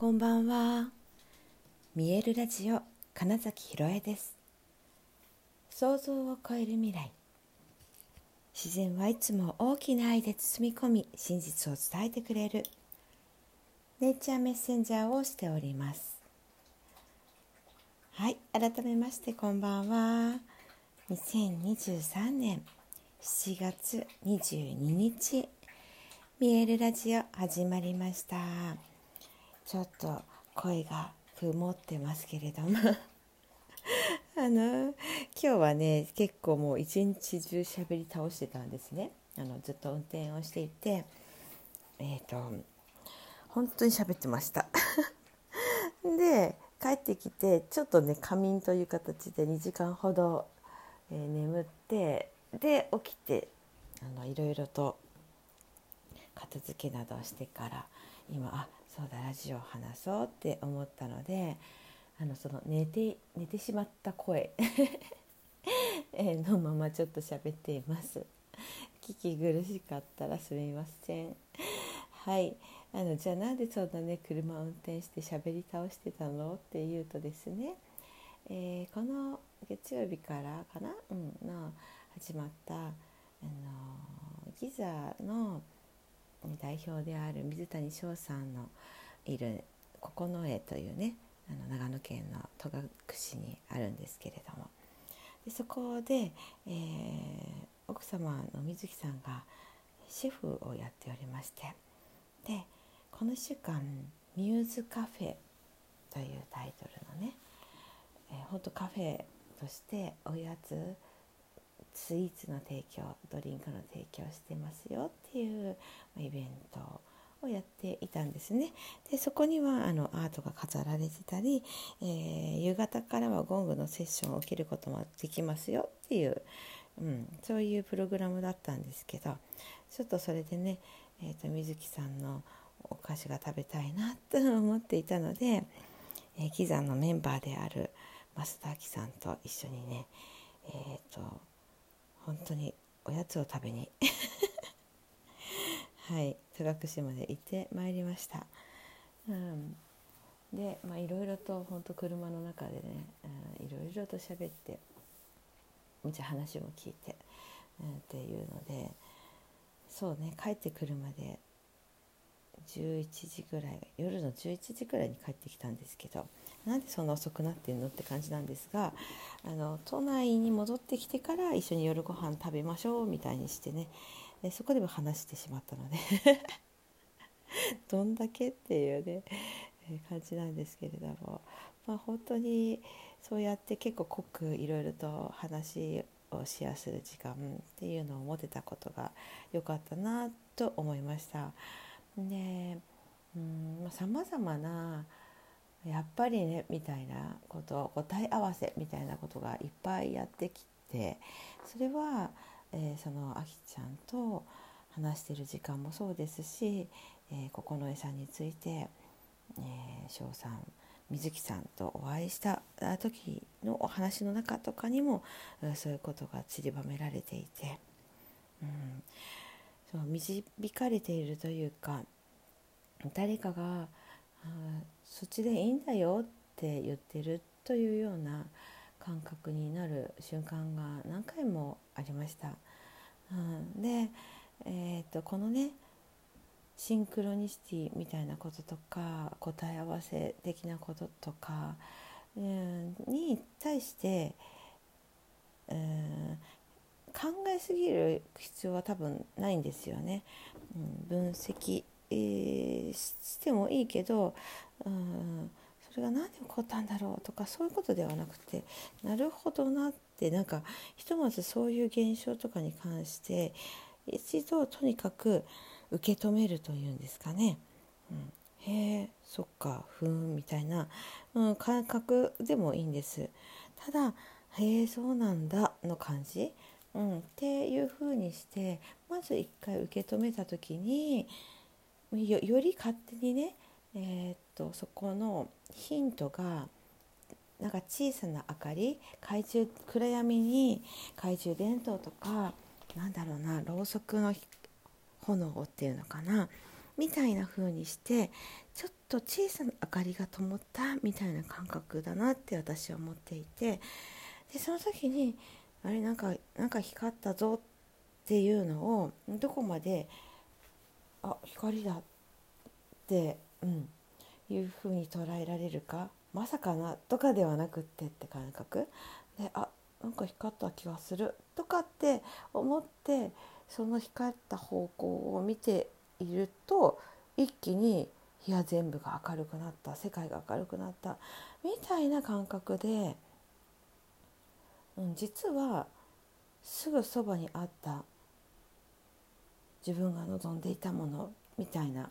こんばんは。見えるラジオ金崎ひろえです。想像を超える未来。自然はいつも大きな愛で包み込み、真実を伝えてくれるネイチャーメッセンジャーをしております。はい、改めましてこんばんは。2023年7月22日、見えるラジオ始まりました。ちょっと声が曇ってますけれども今日はね、結構もう一日中喋り倒してたんですね。ずっと運転をしていて、本当に喋ってましたで、帰ってきてちょっとね、仮眠という形で2時間ほど、眠って、で起きていろいろと片付けなどをしてから、今そうだ、ラジオを話そうって思ったので、その寝てしまった声のままちょっと喋っています。聞き苦しかったらすみません。はい、じゃあなんでそんなね、車を運転して喋り倒してたのっていうとですね、この月曜日からかな、の始まったギザの代表である水谷翔さんのいる九重というね、長野県の戸隠にあるんですけれども、でそこで、奥様の水木さんがシェフをやっておりまして、でこの1週間ミューズカフェというタイトルのね、ほんとカフェとしておやつ、スイーツの提供、ドリンクの提供してますよっていうイベントをやっていたんですね。でそこにはアートが飾られてたり、夕方からはゴングのセッションを受けることもできますよっていう、そういうプログラムだったんですけど、ちょっとそれでね、水木さんのお菓子が食べたいなと思っていたので、ギザのメンバーである増田明さんと一緒にね、本当におやつを食べにはい、戸隠まで行ってまいりました。で、いろいろと本当車の中でね、いろいろと喋って、じゃあ話も聞いて、っていうので、そうね、帰ってくるまで11時ぐらい、夜の11時ぐらいに帰ってきたんですけど、なんでそんな遅くなってんのって感じなんですが、都内に戻ってきてから一緒に夜ご飯食べましょうみたいにしてね、そこでも話してしまったのでどんだけっていうね、感じなんですけれども、本当にそうやって結構濃くいろいろと話をシェアする時間っていうのを持てたことが良かったなと思いました。で、さまざまなやっぱりねみたいなこと、答え合わせみたいなことがいっぱいやってきて、それは、そのあきちゃんと話してる時間もそうですし、九重さんについて、翔さん、水木さんとお会いした時のお話の中とかにも、そういうことが散りばめられていて、そう導かれているというか、誰かがそっちでいいんだよって言ってるというような感覚になる瞬間が何回もありました。で、このね、シンクロニシティみたいなこととか、答え合わせ的なこととか、に対して、考えすぎる必要は多分ないんですよね。分析、してもいいけど、それが何で起こったんだろうとか、そういうことではなくて、なるほどなって、なんかひとまずそういう現象とかに関して一度とにかく受け止めるというんですかね、へえ、そっか、ふーんみたいな、感覚でもいいんです。ただ、へえ、そうなんだの感じ、っていう風にして、まず一回受け止めた時に、より勝手にね、そこのヒントがなんか小さな明かり、暗闇に懐中電灯とか、なんだろうな、ろうそくの炎っていうのかなみたいな風にして、ちょっと小さな明かりが灯ったみたいな感覚だなって私は思っていて、でその時にあれなんか光ったぞっていうのをどこまで光だって、いうふうに捉えられるか、まさかなとかではなくって感覚で、なんか光った気がするとかって思って、その光った方向を見ていると一気に全部が明るくなった、世界が明るくなったみたいな感覚で、実はすぐそばにあった自分が望んでいたものみたいな、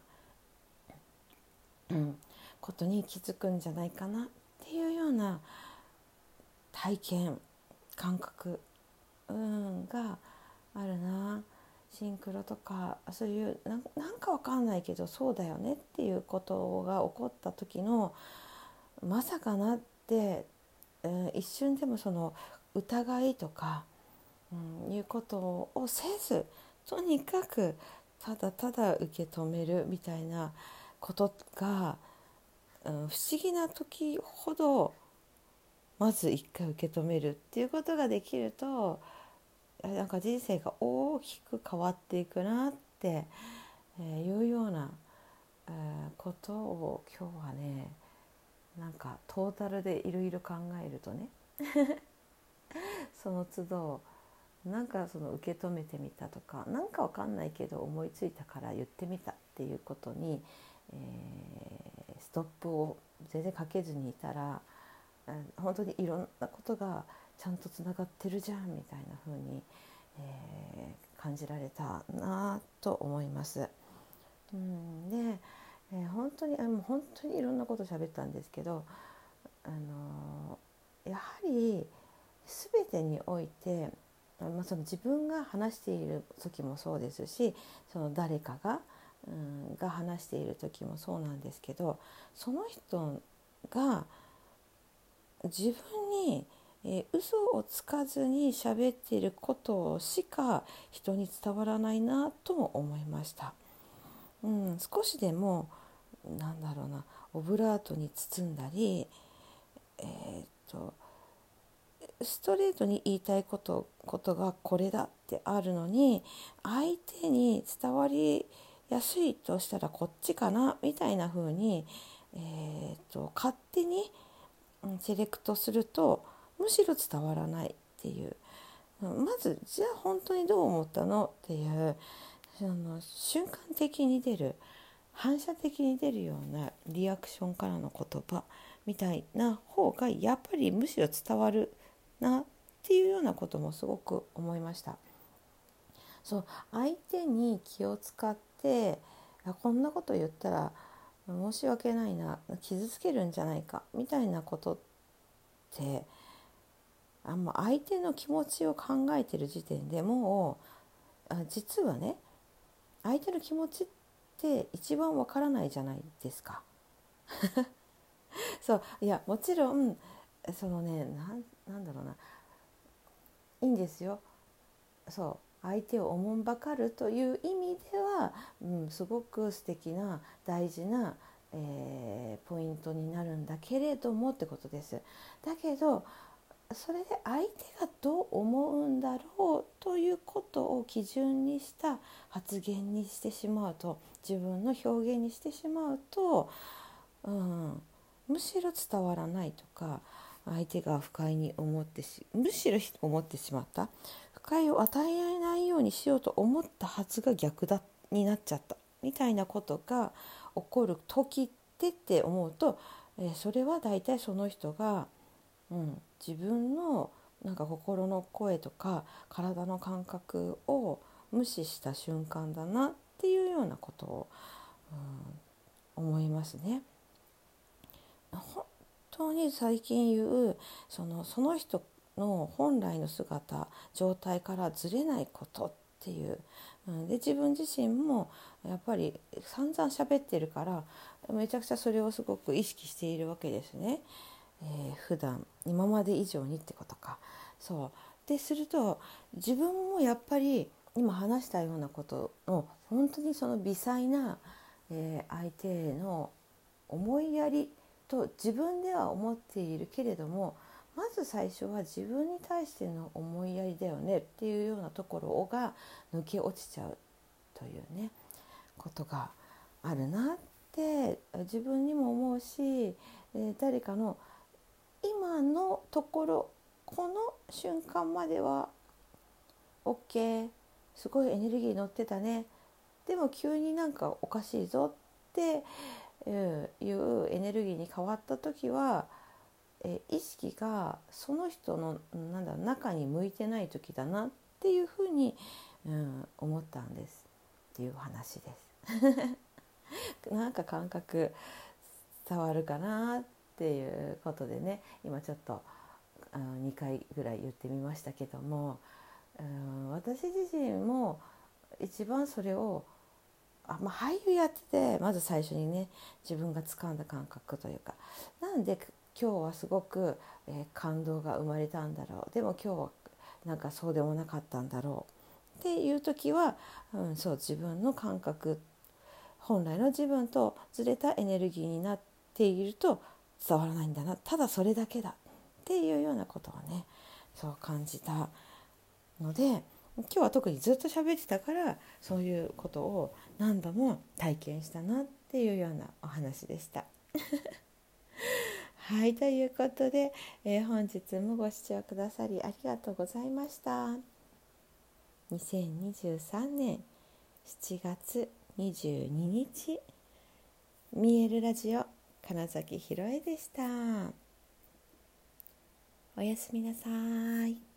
ことに気づくんじゃないかなっていうような体験感覚、があるな。シンクロとかそういうなんかわかんないけどそうだよねっていうことが起こった時のまさかなって、一瞬でもその疑いとか、いうことをせず、とにかくただただ受け止めるみたいなことが、不思議な時ほどまず一回受け止めるっていうことができると、なんか人生が大きく変わっていくなっていうようなことを今日はね、なんかトータルでいろいろ考えるとねその都度なんかその受け止めてみたとか、なんかわかんないけど思いついたから言ってみたっていうことに、ストップを全然かけずにいたら、本当にいろんなことがちゃんとつながってるじゃんみたいな風に、感じられたなと思います。で、本当にいろんなこと喋ったんですけど、やはり全てにおいて、その自分が話している時もそうですし、その誰かが話している時もそうなんですけど、その人が自分に嘘をつかずに喋っていることしか人に伝わらないなとも思いました。少しでもオブラートに包んだり、ストレートに言いたいことがこれだってあるのに、相手に伝わりやすいとしたらこっちかなみたいな風に、勝手にセレクトするとむしろ伝わらないっていう、まずじゃあ本当にどう思ったのっていう、瞬間的に出る、反射的に出るようなリアクションからの言葉みたいな方がやっぱりむしろ伝わるなっていうようなこともすごく思いました。そう相手に気を使ってこんなこと言ったら申し訳ないな、傷つけるんじゃないかみたいなことって、相手の気持ちを考えてる時点でもう実はね、相手の気持ちって一番わからないじゃないですかそういやもちろんそのね、なんだろうな、いいんですよ。そう相手をおもんばかるという意味では、すごく素敵な大事な、ポイントになるんだけれどもってことです。だけどそれで相手がどう思うんだろうということを基準にした発言にしてしまうと、自分の表現にしてしまうと、むしろ伝わらないとか、相手が不快にむしろ思ってしまった、不快を与えないようにしようと思ったはずが逆だになっちゃったみたいなことが起こる時って思うと、それはだいたいその人が、自分の心の声とか体の感覚を無視した瞬間だなっていうようなことを、思いますね。本当に最近言うその人の本来の姿状態からずれないことっていう、で自分自身もやっぱり散々喋ってるからめちゃくちゃそれをすごく意識しているわけですね。普段今まで以上にってことか。そうですると自分もやっぱり今話したようなことの本当にその微細な、相手の思いやりと自分では思っているけれども、まず最初は自分に対しての思いやりだよねっていうようなところが抜け落ちちゃうというねことがあるなって自分にも思うし、誰かの今のところこの瞬間までは OK、 すごいエネルギー乗ってたね、でも急になんかおかしいぞっていうエネルギーに変わった時は、意識がその人の中に向いてない時だなっていうふうに、思ったんですっていう話です。なんか感覚伝わるかなっていうことでね、今ちょっと2回ぐらい言ってみましたけども、私自身も一番それを俳優やっててまず最初にね自分が掴んだ感覚というか、なんで今日はすごく、感動が生まれたんだろう、でも今日はなんかそうでもなかったんだろうっていう時は、そう自分の感覚、本来の自分とずれたエネルギーになっていると伝わらないんだな、ただそれだけだっていうようなことをねそう感じたので、今日は特にずっと喋ってたからそういうことを何度も体験したなっていうようなお話でしたはい、ということで、本日もご視聴くださりありがとうございました。2023年7月22日見えるラジオ金崎ひろえでした。おやすみなさい。